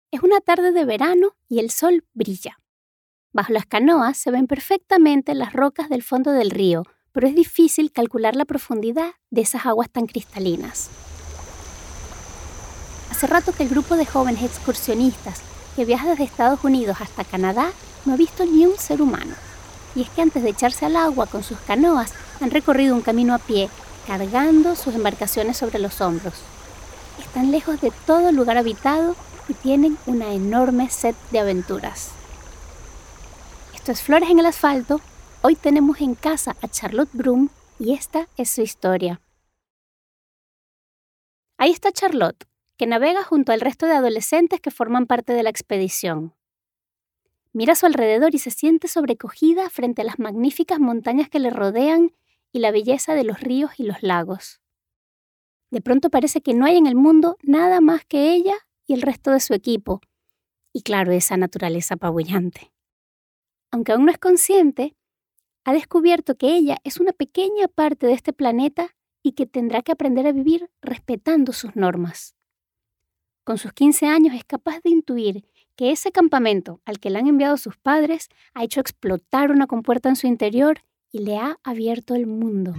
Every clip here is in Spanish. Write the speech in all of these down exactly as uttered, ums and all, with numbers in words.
Es una tarde de verano y el sol brilla. Bajo las canoas se ven perfectamente las rocas del fondo del río, pero es difícil calcular la profundidad de esas aguas tan cristalinas. Hace rato que el grupo de jóvenes excursionistas que viaja desde Estados Unidos hasta Canadá no ha visto ni un ser humano. Y es que antes de echarse al agua con sus canoas, han recorrido un camino a pie, cargando sus embarcaciones sobre los hombros. Están lejos de todo lugar habitado y tienen una enorme sed de aventuras. Esto es Flores en el Asfalto. Hoy tenemos en casa a Charlotte Broom y esta es su historia. Ahí está Charlotte, que navega junto al resto de adolescentes que forman parte de la expedición. Mira a su alrededor y se siente sobrecogida frente a las magníficas montañas que le rodean y la belleza de los ríos y los lagos. De pronto parece que no hay en el mundo nada más que ella y el resto de su equipo, y claro, esa naturaleza apabullante. Aunque aún no es consciente, ha descubierto que ella es una pequeña parte de este planeta y que tendrá que aprender a vivir respetando sus normas. Con sus quince años es capaz de intuir que ese campamento al que le han enviado sus padres ha hecho explotar una compuerta en su interior y le ha abierto el mundo.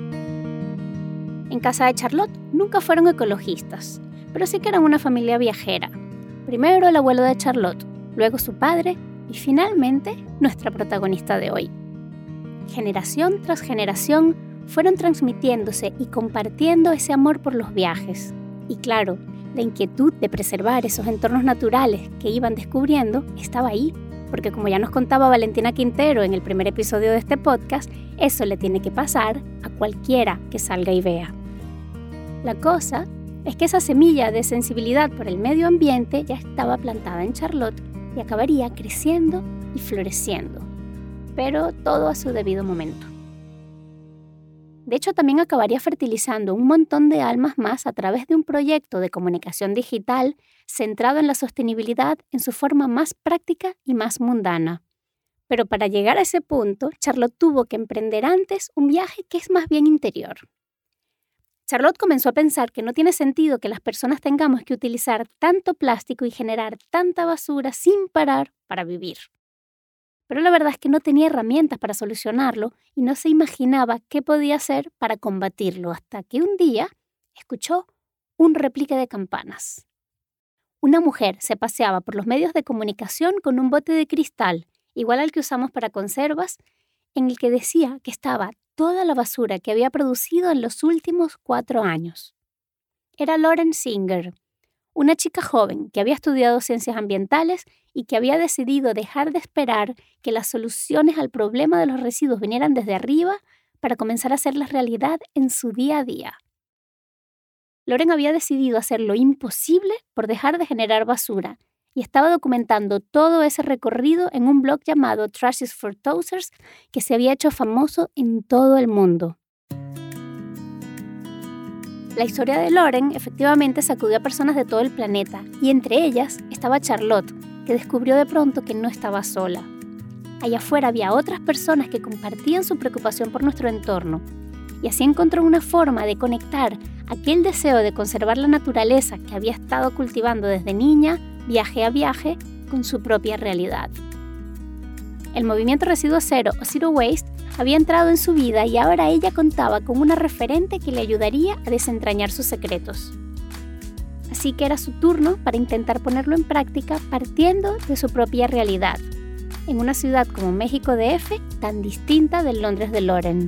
En casa de Charlotte nunca fueron ecologistas, pero sí que eran una familia viajera. Primero el abuelo de Charlotte, luego su padre y finalmente nuestra protagonista de hoy. Generación tras generación fueron transmitiéndose y compartiendo ese amor por los viajes. Y claro, la inquietud de preservar esos entornos naturales que iban descubriendo estaba ahí, porque como ya nos contaba Valentina Quintero en el primer episodio de este podcast, eso le tiene que pasar a cualquiera que salga y vea. La cosa es que esa semilla de sensibilidad por el medio ambiente ya estaba plantada en Charlotte y acabaría creciendo y floreciendo, pero todo a su debido momento. De hecho, también acabaría fertilizando un montón de almas más a través de un proyecto de comunicación digital centrado en la sostenibilidad en su forma más práctica y más mundana. Pero para llegar a ese punto, Charlotte tuvo que emprender antes un viaje que es más bien interior. Charlotte comenzó a pensar que no tiene sentido que las personas tengamos que utilizar tanto plástico y generar tanta basura sin parar para vivir. Pero la verdad es que no tenía herramientas para solucionarlo y no se imaginaba qué podía hacer para combatirlo hasta que un día escuchó un replique de campanas. Una mujer se paseaba por los medios de comunicación con un bote de cristal, igual al que usamos para conservas, en el que decía que estaba toda la basura que había producido en los últimos cuatro años. Era Lauren Singer, una chica joven que había estudiado ciencias ambientales y que había decidido dejar de esperar que las soluciones al problema de los residuos vinieran desde arriba para comenzar a hacerlas realidad en su día a día. Lauren había decidido hacer lo imposible por dejar de generar basura y estaba documentando todo ese recorrido en un blog llamado Trash is for Tossers que se había hecho famoso en todo el mundo. La historia de Lauren efectivamente sacudió a personas de todo el planeta y entre ellas estaba Charlotte, que descubrió de pronto que no estaba sola. Allá afuera había otras personas que compartían su preocupación por nuestro entorno y así encontró una forma de conectar aquel deseo de conservar la naturaleza que había estado cultivando desde niña, viaje a viaje, con su propia realidad. El movimiento Residuo Cero o Zero Waste había entrado en su vida y ahora ella contaba con una referente que le ayudaría a desentrañar sus secretos. Así que era su turno para intentar ponerlo en práctica partiendo de su propia realidad, en una ciudad como México D F, tan distinta del Londres de Lauren.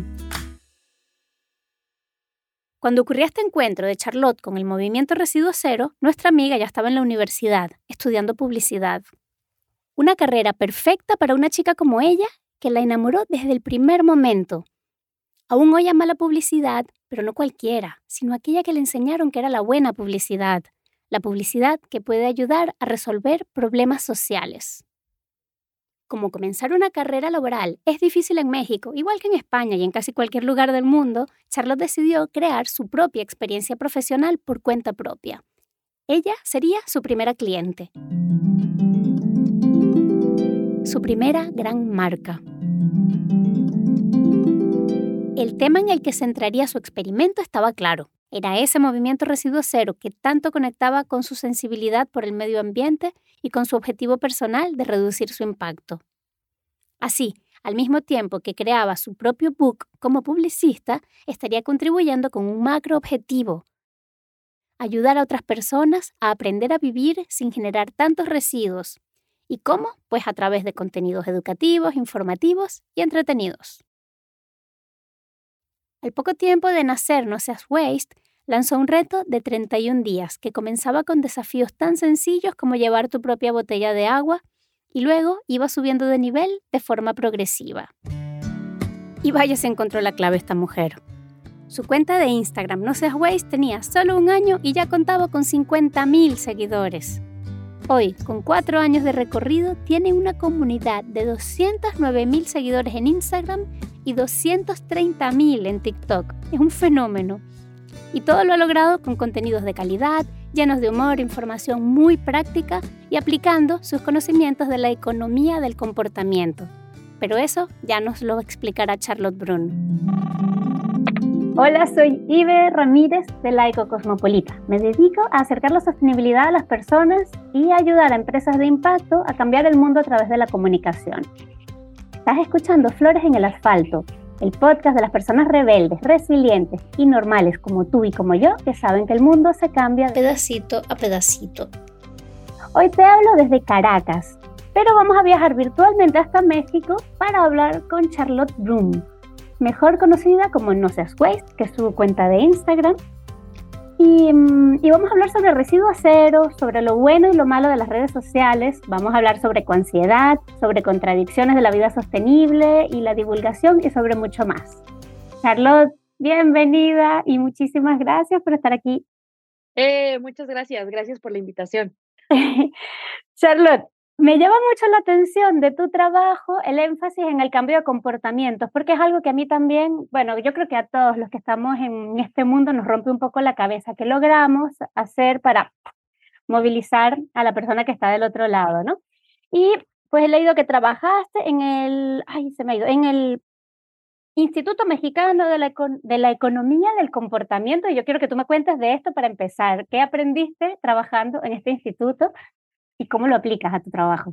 Cuando ocurrió este encuentro de Charlotte con el movimiento Residuo Cero, nuestra amiga ya estaba en la universidad, estudiando publicidad. Una carrera perfecta para una chica como ella, que la enamoró desde el primer momento. Aún hoy ama la publicidad, pero no cualquiera, sino aquella que le enseñaron que era la buena publicidad, la publicidad que puede ayudar a resolver problemas sociales. Como comenzar una carrera laboral es difícil en México, igual que en España y en casi cualquier lugar del mundo, Charlotte decidió crear su propia experiencia profesional por cuenta propia. Ella sería su primera cliente. Su primera gran marca. El tema en el que centraría su experimento estaba claro: Era ese movimiento residuo cero que tanto conectaba con su sensibilidad por el medio ambiente y con su objetivo personal de reducir su impacto. Así, al mismo tiempo que creaba su propio book como publicista, estaría contribuyendo con un macro objetivo: ayudar a otras personas a aprender a vivir sin generar tantos residuos. ¿Y cómo? Pues a través de contenidos educativos, informativos y entretenidos. Al poco tiempo de nacer No Seas Waste, lanzó un reto de treinta y un días que comenzaba con desafíos tan sencillos como llevar tu propia botella de agua y luego iba subiendo de nivel de forma progresiva. Y vaya, se encontró la clave esta mujer. Su cuenta de Instagram No Seas Waste tenía solo un año y ya contaba con cincuenta mil seguidores. Hoy, con cuatro años de recorrido, tiene una comunidad de doscientos nueve mil seguidores en Instagram y doscientos treinta mil en TikTok. Es un fenómeno. Y todo lo ha logrado con contenidos de calidad, llenos de humor, información muy práctica y aplicando sus conocimientos de la economía del comportamiento. Pero eso ya nos lo explicará Charlotte Brun. Hola, soy Ibe Ramírez de la Ecocosmopolita. Me dedico a acercar la sostenibilidad a las personas y ayudar a empresas de impacto a cambiar el mundo a través de la comunicación. Estás escuchando Flores en el Asfalto, el podcast de las personas rebeldes, resilientes y normales como tú y como yo, que saben que el mundo se cambia pedacito a pedacito. Hoy te hablo desde Caracas, pero vamos a viajar virtualmente hasta México para hablar con Charlotte Brun, mejor conocida como No Seas Waste, que es su cuenta de Instagram. Y, y vamos a hablar sobre residuo cero, sobre lo bueno y lo malo de las redes sociales. Vamos a hablar sobre ecoansiedad, sobre contradicciones de la vida sostenible y la divulgación y sobre mucho más. Charlotte, bienvenida y muchísimas gracias por estar aquí. Eh, muchas gracias, gracias por la invitación. Charlotte, me llama mucho la atención de tu trabajo el énfasis en el cambio de comportamientos, porque es algo que a mí también, bueno, yo creo que a todos los que estamos en este mundo nos rompe un poco la cabeza. ¿Qué logramos hacer para movilizar a la persona que está del otro lado, no? Y pues he leído que trabajaste en el, ay, se me ha ido, en el Instituto Mexicano de la, Econ- de la Economía del Comportamiento, y yo quiero que tú me cuentes de esto para empezar. ¿Qué aprendiste trabajando en este instituto y cómo lo aplicas a tu trabajo?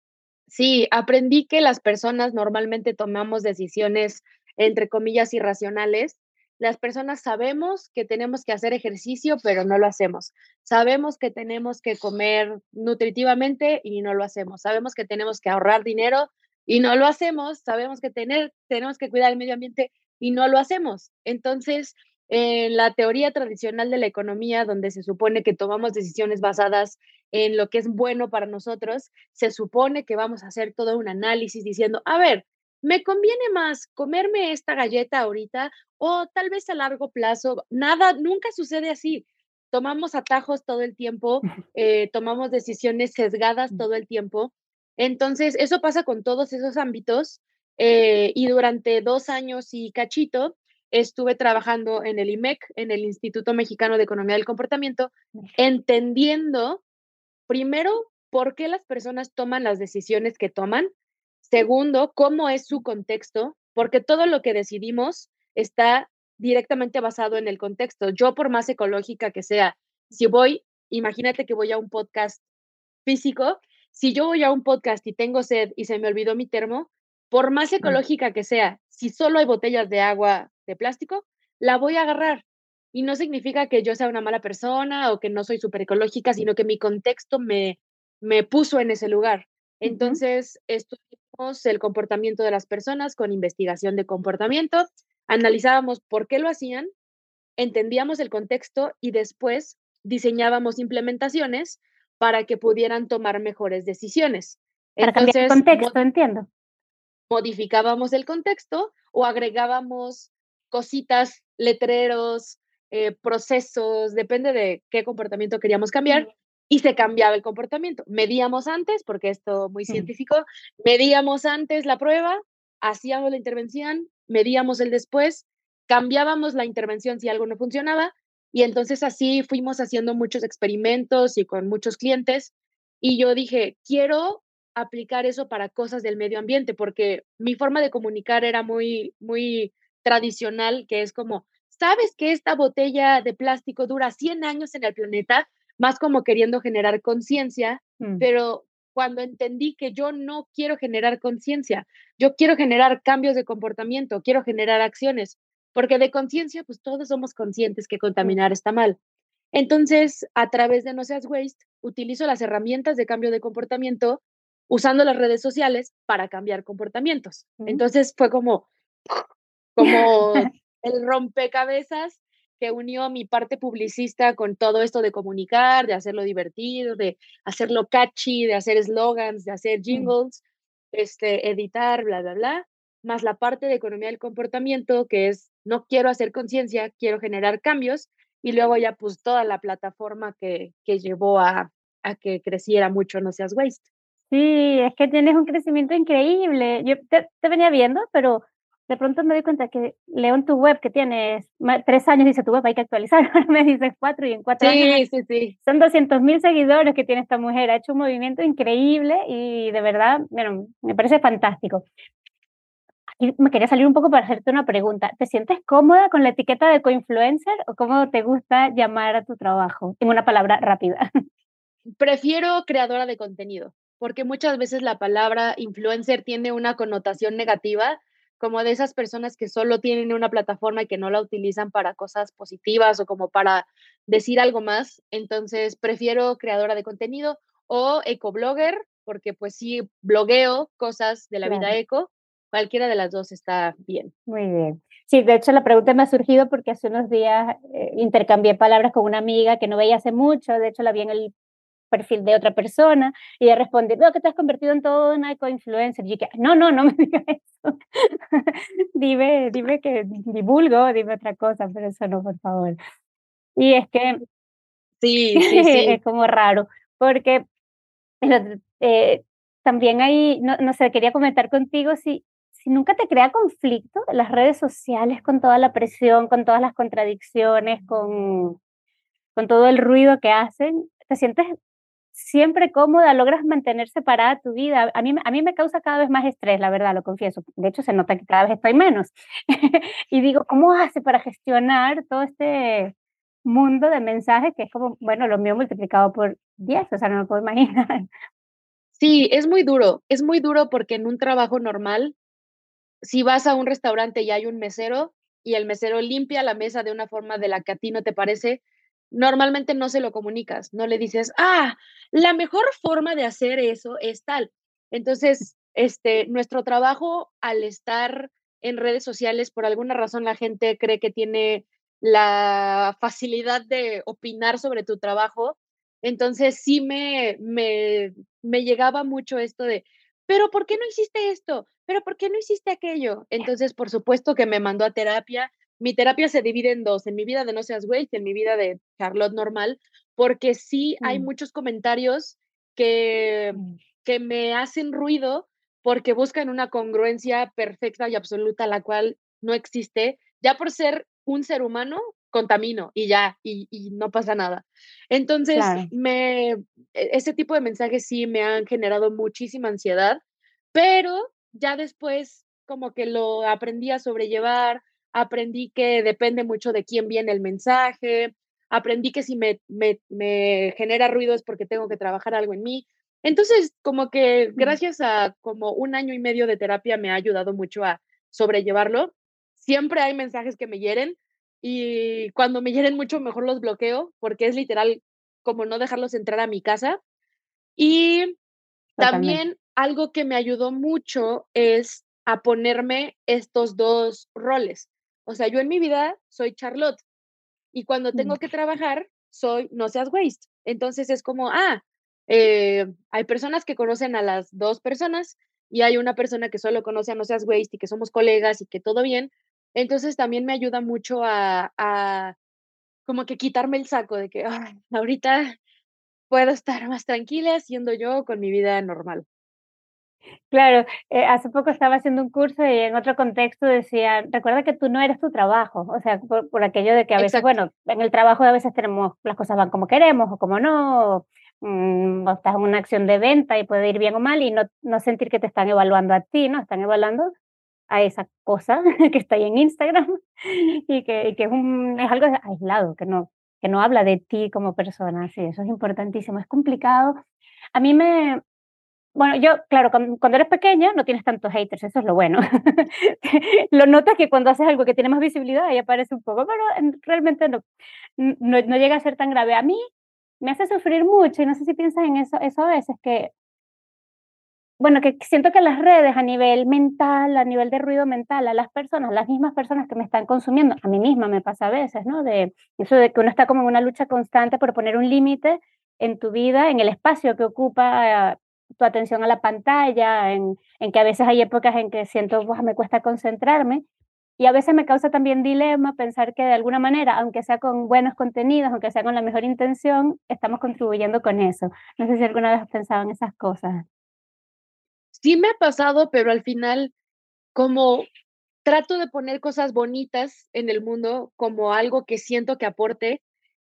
Sí, aprendí que las personas normalmente tomamos decisiones, entre comillas, irracionales. Las personas sabemos que tenemos que hacer ejercicio, pero no lo hacemos. Sabemos que tenemos que comer nutritivamente y no lo hacemos. Sabemos que tenemos que ahorrar dinero y no lo hacemos. Sabemos que tener, tenemos que cuidar el medio ambiente y no lo hacemos. Entonces, en la teoría tradicional de la economía, donde se supone que tomamos decisiones basadas en lo que es bueno para nosotros, se supone que vamos a hacer todo un análisis diciendo, a ver, ¿me conviene más comerme esta galleta ahorita o tal vez a largo plazo? Nada, nunca sucede así. Tomamos atajos todo el tiempo, eh, tomamos decisiones sesgadas todo el tiempo. Entonces, eso pasa con todos esos ámbitos. Eh, y durante dos años y cachito, estuve trabajando en el I M E C, en el Instituto Mexicano de Economía del Comportamiento, entendiendo primero, ¿por qué las personas toman las decisiones que toman? Segundo, ¿cómo es su contexto? Porque todo lo que decidimos está directamente basado en el contexto. Yo, por más ecológica que sea, si voy, imagínate que voy a un podcast físico, si yo voy a un podcast y tengo sed y se me olvidó mi termo, por más ecológica que sea, si solo hay botellas de agua de plástico, la voy a agarrar. Y no significa que yo sea una mala persona o que no soy súper ecológica, sino que mi contexto me, me puso en ese lugar. Ujú. Entonces, estudiamos el comportamiento de las personas con investigación de comportamiento, analizábamos por qué lo hacían, entendíamos el contexto y después diseñábamos implementaciones para que pudieran tomar mejores decisiones. Para cambiar el Entonces, contexto, entiendo. modificábamos el contexto o agregábamos cositas, letreros, eh, procesos, depende de qué comportamiento queríamos cambiar, y se cambiaba el comportamiento. Medíamos antes, porque esto muy Mm. científico, medíamos antes la prueba, hacíamos la intervención, medíamos el después, cambiábamos la intervención si algo no funcionaba, y entonces así fuimos haciendo muchos experimentos y con muchos clientes, y yo dije, quiero aplicar eso para cosas del medio ambiente, porque mi forma de comunicar era muy, muy tradicional, que es como, sabes que esta botella de plástico dura cien años en el planeta, más como queriendo generar conciencia, Mm. pero cuando entendí que yo no quiero generar conciencia, yo quiero generar cambios de comportamiento, quiero generar acciones, porque de conciencia, pues todos somos conscientes que Mm. contaminar está mal. Entonces, a través de No Seas Waste, utilizo las herramientas de cambio de comportamiento usando las redes sociales para cambiar comportamientos. Mm. Entonces fue como, como el rompecabezas que unió mi parte publicista con todo esto de comunicar, de hacerlo divertido, de hacerlo catchy, de hacer slogans, de hacer Mm. jingles, este, editar, bla, bla, bla, más la parte de economía del comportamiento, que es no quiero hacer conciencia, quiero generar cambios, y luego ya pues toda la plataforma que, que llevó a, a que creciera mucho No Seas Waste. Sí, es que tienes un crecimiento increíble. Yo te, te venía viendo, pero de pronto me doy cuenta que leo en tu web que tienes ma- tres años, dice tu web, hay que actualizar. Ahora me dices cuatro y en cuatro años Sí, sí, sí. son doscientos mil seguidores que tiene esta mujer. Ha hecho un movimiento increíble y de verdad, bueno, me parece fantástico. Y me quería salir un poco para hacerte una pregunta. ¿Te sientes cómoda con la etiqueta de coinfluencer o cómo te gusta llamar a tu trabajo? En una palabra rápida. Prefiero creadora de contenido, porque muchas veces la palabra influencer tiene una connotación negativa, como de esas personas que solo tienen una plataforma y que no la utilizan para cosas positivas o como para decir algo más. Entonces, prefiero creadora de contenido o ecoblogger, porque pues sí, blogueo cosas de la vida Claro. eco. Cualquiera de las dos está bien. Muy bien. Sí, de hecho la pregunta me ha surgido porque hace unos días eh, intercambié palabras con una amiga que no veía hace mucho, de hecho la vi en el perfil de otra persona y ella respondió, no, que te has convertido en toda una eco-influencer. Y yo que, no, no, no me digas eso. dime, dime que divulgo, dime otra cosa, pero eso no, por favor. Y es que Sí, sí, es sí. como raro, porque pero, eh, también hay, no no sé, quería comentar contigo si si nunca te crea conflicto las redes sociales con toda la presión, con todas las contradicciones, con con todo el ruido que hacen, ¿te sientes siempre cómoda? ¿Logras mantener separada tu vida? A mí me a mí me causa cada vez más estrés, la verdad, lo confieso. De hecho, se nota que cada vez estoy menos. Y digo, ¿cómo hace para gestionar todo este mundo de mensajes que es como, bueno, lo mío multiplicado por diez, o sea, no me puedo imaginar. Sí, es muy duro, es muy duro porque en un trabajo normal si vas a un restaurante y hay un mesero y el mesero limpia la mesa de una forma de la que a ti no te parece, normalmente no se lo comunicas, no le dices, ah, la mejor forma de hacer eso es tal. Entonces, este, nuestro trabajo al estar en redes sociales, por alguna razón la gente cree que tiene la facilidad de opinar sobre tu trabajo. Entonces, sí me, me, me llegaba mucho esto de, pero ¿por qué no hiciste esto? ¿Pero por qué no hiciste aquello? Entonces, por supuesto que me mandó a terapia. Mi terapia se divide en dos, en mi vida de No Seas Waste y en mi vida de Charlotte normal, porque sí hay Mm, muchos comentarios que mm, que me hacen ruido, porque buscan una congruencia perfecta y absoluta, la cual no existe. Ya por ser un ser humano, contamino y ya, y y no pasa nada. Entonces, claro. me e ese tipo de mensajes sí me han generado muchísima ansiedad, pero ya después como que lo aprendí a sobrellevar, aprendí que depende mucho de quién viene el mensaje, aprendí que si me me me genera ruido es porque tengo que trabajar algo en mí. Entonces, como que Mm, gracias a como un año y medio de terapia me ha ayudado mucho a sobrellevarlo. Siempre hay mensajes que me hieren y cuando me hieren mucho, mejor los bloqueo, porque es literal como no dejarlos entrar a mi casa. Y totalmente. también algo que me ayudó mucho es a ponerme estos dos roles. O sea, yo en mi vida soy Charlotte y cuando tengo Mm, que trabajar soy No Seas Waste. Entonces es como, ah, eh, hay personas que conocen a las dos personas y hay una persona que solo conoce a No Seas Waste y que somos colegas y que todo bien. Entonces también me ayuda mucho a, a como que quitarme el saco de que "Ay, ahorita puedo estar más tranquila siendo yo con mi vida normal". claro, eh, hace poco estaba haciendo un curso y en otro contexto decían, recuerda que tú no eres tu trabajo, o sea, por, por aquello de que a veces, Exacto. bueno, en el trabajo a veces tenemos, las cosas van como queremos o como no, o, mm, o estás en una acción de venta y puede ir bien o mal y no, no sentir que te están evaluando a ti, ¿no? Están evaluando a esa cosa que está ahí en Instagram y que, y que es, un, es algo aislado, que no, que no habla de ti como persona. Sí, eso es importantísimo. Es complicado. A mí me, bueno, yo, claro, cuan cuando eres pequeña no tienes tantos haters, eso es lo bueno. Lo notas que cuando haces algo que tiene más visibilidad, ahí aparece un poco, pero en realmente no n no no llega a ser tan grave. A mí me hace sufrir mucho, y no sé si piensas en eso eso a veces, que, bueno, que siento que las redes a nivel mental, a nivel de ruido mental, a las personas, las mismas personas que me están consumiendo, a mí misma me pasa a veces, ¿no? De eso de que uno está como en una lucha constante por poner un límite en tu vida, en el espacio que ocupa, eh, tu atención a la pantalla, en en que a veces hay épocas en que siento, ¡buah!, me cuesta concentrarme, y a veces me causa también dilema pensar que de alguna manera, aunque sea con buenos contenidos, aunque sea con la mejor intención, estamos contribuyendo con eso. No sé si alguna vez has pensado en esas cosas. Sí me ha pasado, pero al final, como trato de poner cosas bonitas en el mundo como algo que siento que aporte,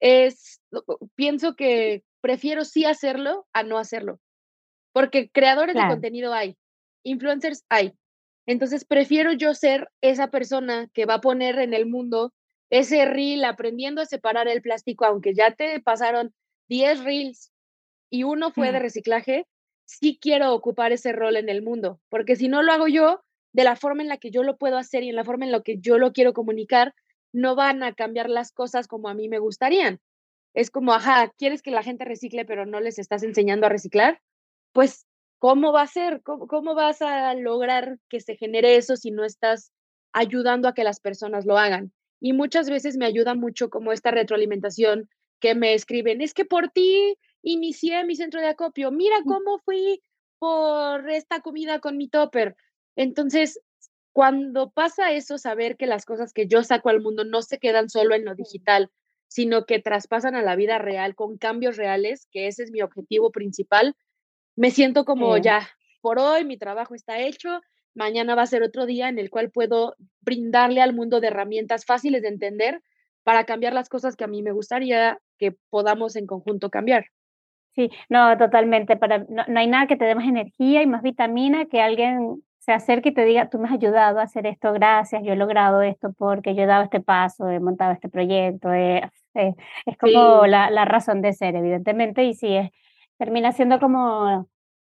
es o o pienso que prefiero sí hacerlo a no hacerlo, porque creadores de Claro. contenido hay, influencers hay. Entonces, prefiero yo ser esa persona que va a poner en el mundo ese reel aprendiendo a separar el plástico, aunque ya te pasaron diez reels y uno fue de reciclaje, sí quiero ocupar ese rol en el mundo, porque si no lo hago yo, de la forma en la que yo lo puedo hacer y en la forma en la que yo lo quiero comunicar, no van a cambiar las cosas como a mí me gustarían. Es como, ajá, quieres que la gente recicle, pero no les estás enseñando a reciclar, pues, ¿cómo va a ser? ¿Cómo, cómo vas a lograr que se genere eso si no estás ayudando a que las personas lo hagan? Y muchas veces me ayuda mucho como esta retroalimentación que me escriben, es que por ti inicié mi centro de acopio, mira cómo fui por esta comida con mi topper. Entonces, cuando pasa eso, saber que las cosas que yo saco al mundo no se quedan solo en lo digital, sino que traspasan a la vida real con cambios reales, que ese es mi objetivo principal, me siento como Sí. ya, por hoy mi trabajo está hecho, mañana va a ser otro día en el cual puedo brindarle al mundo de herramientas fáciles de entender para cambiar las cosas que a mí me gustaría que podamos en conjunto cambiar. Sí, no, totalmente. Para, no, no hay nada que te dé más energía y más vitamina que alguien se acerque y te diga, tú me has ayudado a hacer esto, gracias, yo he logrado esto porque yo he dado este paso, he montado este proyecto. eh, eh, es como Sí, la, la razón de ser, evidentemente, y sí, es, termina siendo como,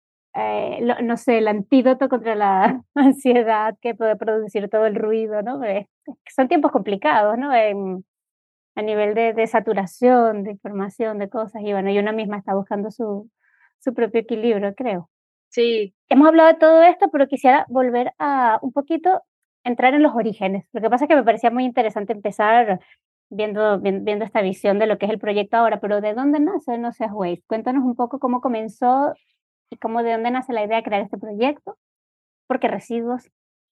eh, lo- no sé, el antídoto contra la ansiedad que puede producir todo el ruido, ¿no? Eh, son tiempos complicados, ¿no? Em, a nivel de de saturación, de información, de cosas, y bueno, y una misma está buscando su su propio equilibrio, creo. sí. Hemos hablado de todo esto, pero quisiera volver a un poquito entrar en los orígenes. Lo que pasa es que me parecía muy interesante empezar viendo vien viendo esta visión de lo que es el proyecto ahora, pero ¿de dónde nace No Seas Waste? Cuéntanos un poco cómo comenzó y cómo de dónde nace la idea de crear este proyecto, porque residuos.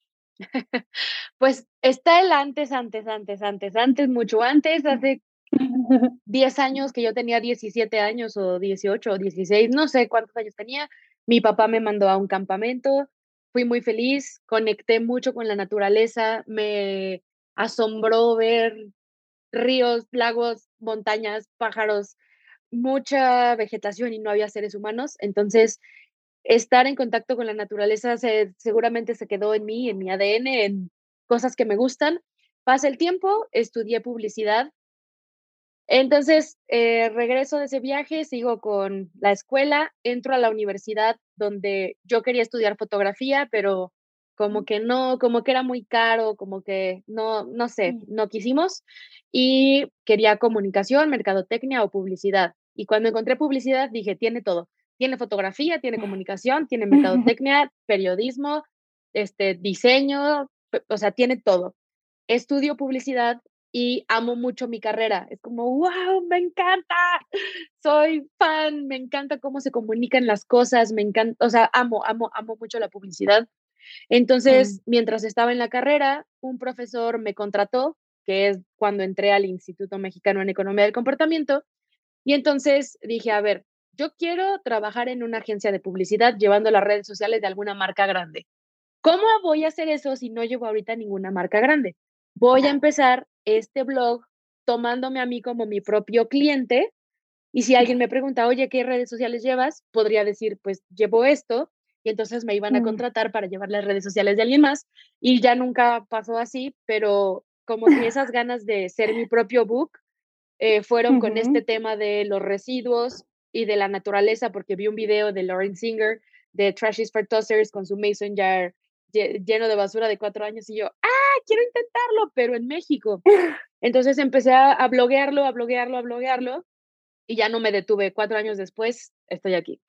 Pues está el antes, antes, antes, antes, antes, mucho antes, hace diez años que yo tenía diecisiete años o dieciocho o dieciséis, no sé cuántos años tenía. Mi papá me mandó a un campamento, fui muy feliz, conecté mucho con la naturaleza, me asombró ver ríos, lagos, montañas, pájaros, mucha vegetación y no había seres humanos. Entonces, estar en contacto con la naturaleza se seguramente se quedó en mí, en mi A D N, en cosas que me gustan. Pasa el tiempo, estudié publicidad. Entonces, eh, regreso de ese viaje, sigo con la escuela, entro a la universidad donde yo quería estudiar fotografía, pero como que no, como que era muy caro, como que no, no sé, Sí. no quisimos y quería comunicación, mercadotecnia o publicidad. Y cuando encontré publicidad dije, tiene todo, tiene fotografía, tiene comunicación, tiene mercadotecnia, periodismo, este, diseño, pe- o sea, tiene todo. Estudio publicidad y amo mucho mi carrera. Es como, ¡wow!, me encanta, soy fan, me encanta cómo se comunican las cosas, me encanta, o sea, amo, amo, amo mucho la publicidad. Mm. Entonces, mientras estaba en la carrera, un profesor me contrató, que es cuando entré al Instituto Mexicano en Economía del Comportamiento, y entonces dije, a ver, yo quiero trabajar en una agencia de publicidad llevando las redes sociales de alguna marca grande. ¿Cómo voy a hacer eso si no llevo ahorita ninguna marca grande? Voy a empezar este blog tomándome a mí como mi propio cliente y si alguien me pregunta, oye, ¿qué redes sociales llevas? Podría decir, pues llevo esto y entonces me iban a Mm. contratar para llevar las redes sociales de alguien más, y ya nunca pasó así, pero como que esas ganas de ser mi propio book, eh, fueron con este Ujú. tema de los residuos y de la naturaleza, porque vi un video de Lauren Singer de Trash is for Tossers con su mason jar lle lleno de basura de cuatro años, y yo: "¡Ah, quiero intentarlo!", pero en México. Entonces empecé a a bloguearlo, a bloguearlo, a bloguearlo, y ya no me detuve. cuatro años después, estoy aquí.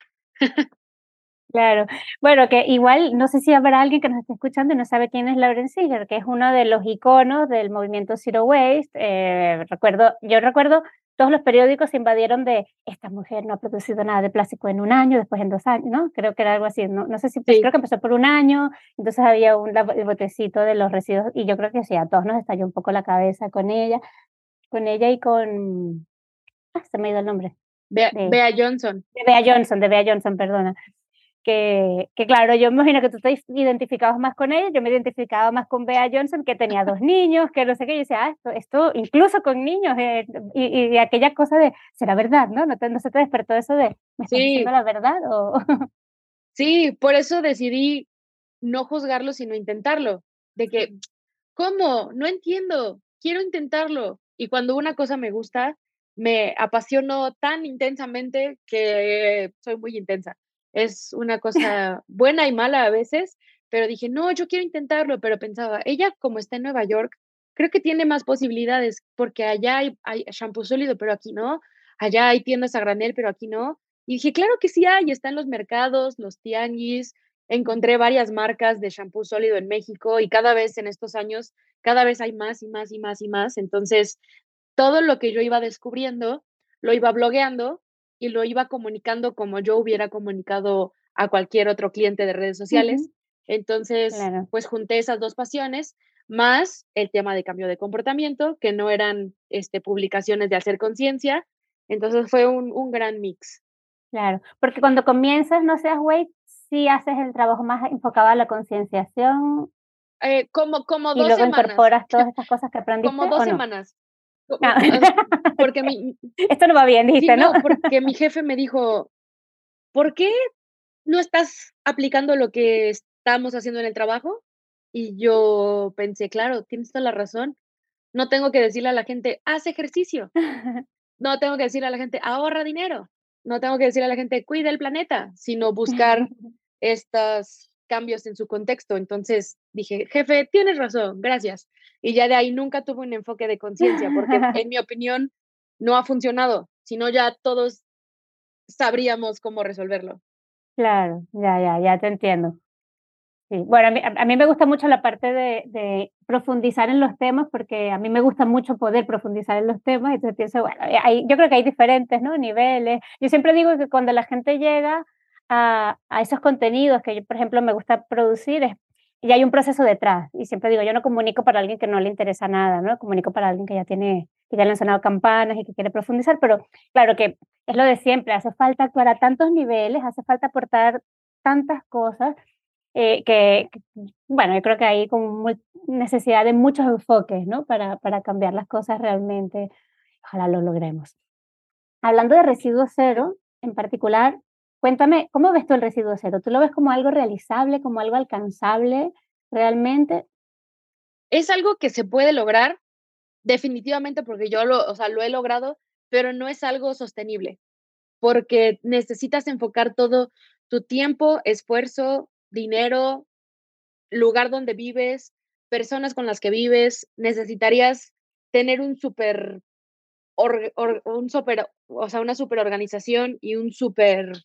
Claro. Bueno, que igual no sé si habrá alguien que nos esté escuchando y no sabe quién es Lauren Singer, que es uno de los iconos del movimiento Zero Waste. Eh, recuerdo, yo recuerdo todos los periódicos se invadieron de esta mujer no ha producido nada de plástico en un año, después en dos años, ¿no? Creo que era algo así. No, no sé si pues, Sí, creo que empezó por un año, entonces había un la- el botecito de los residuos y yo creo que sí, a todos nos estalló un poco la cabeza con ella, con ella y con, ah, se me ha ido el nombre, Bea de, Bea Johnson. de Bea Johnson, de Bea Johnson, perdona. Que que claro, yo me imagino que tú te identificabas más con ella, yo me identificaba más con Bea Johnson, que tenía dos niños, que no sé qué, y yo decía: "Ah, esto esto incluso con niños", eh, y y aquella cosa de, ¿será verdad, no? ¿No te no se te despertó eso de, me estás diciendo Sí, la verdad o? sí, por eso decidí no juzgarlo, sino intentarlo, de que, ¿cómo? No entiendo, quiero intentarlo. Y cuando una cosa me gusta, me apasiono tan intensamente que soy muy intensa. Es una cosa buena y mala a veces, pero dije: "No, yo quiero intentarlo", pero pensaba, ella como está en Nueva York, creo que tiene más posibilidades, porque allá hay hay champú sólido, pero aquí no, allá hay tiendas a granel, pero aquí no. Y dije: "Claro que sí hay", está en los mercados, los tianguis, encontré varias marcas de champú sólido en México y cada vez en estos años, cada vez hay más y más y más y más. Entonces, todo lo que yo iba descubriendo, lo iba blogueando y lo iba comunicando como yo hubiera comunicado a cualquier otro cliente de redes sociales. Ujú, Entonces, claro, pues junté esas dos pasiones, más el tema de cambio de comportamiento, que no eran, este, publicaciones de hacer conciencia. Entonces, fue un un gran mix. claro. Porque cuando comienzas No Seas Weight, sí haces el trabajo más enfocado a la concienciación Eh, como como y dos luego semanas, incorporas todas estas cosas que como aprendiste, dos ¿o no? semanas. O o Ah, as porque okey. mi Esto no va bien, sí, dijiste, ¿no? no, porque mi jefe me dijo: "¿Por qué no estás aplicando lo que estamos haciendo en el trabajo?". Y yo pensé: "Claro, tienes toda la razón. No tengo que decirle a la gente: 'Haz ejercicio'. No tengo que decirle a la gente: 'Ahorra dinero'. No tengo que decirle a la gente: 'Cuida el planeta'", sino buscar estos cambios en su contexto. Entonces dije: "Jefe, tienes razón, gracias". Y ya de ahí nunca tuve un enfoque de conciencia, porque en mi opinión no ha funcionado, si no ya todos sabríamos cómo resolverlo. Claro, ya, ya, ya te entiendo. Sí, bueno, a mí a a mí me gusta mucho la parte de de profundizar en los temas, porque a mí me gusta mucho poder profundizar en los temas, entonces pienso, bueno, eh, hay yo creo que hay diferentes, ¿no?, niveles. Yo siempre digo que cuando la gente llega a a esos contenidos que yo, por ejemplo, me gusta producir, es y hay un proceso detrás, y siempre digo, yo no comunico para alguien que no le interesa nada, ¿no? Comunico para alguien que ya tiene que ya le han sonado campanas y que quiere profundizar, pero claro que es lo de siempre, hace falta actuar a tantos niveles, hace falta aportar tantas cosas eh, que, que, bueno, yo creo que hay como muy necesidad de muchos enfoques, ¿no? Para, para cambiar las cosas realmente. Ojalá lo logremos. Hablando de residuo cero, en particular, cuéntame, ¿cómo ves tú el residuo cero? ¿Tú lo ves como algo realizable, como algo alcanzable realmente? Es algo que se puede lograr definitivamente porque yo lo, o sea, lo he logrado, pero no es algo sostenible, porque necesitas enfocar todo tu tiempo, esfuerzo, dinero, lugar donde vives, personas con las que vives, necesitarías tener un súper or or un súper, o sea, una superorganización y un superpoder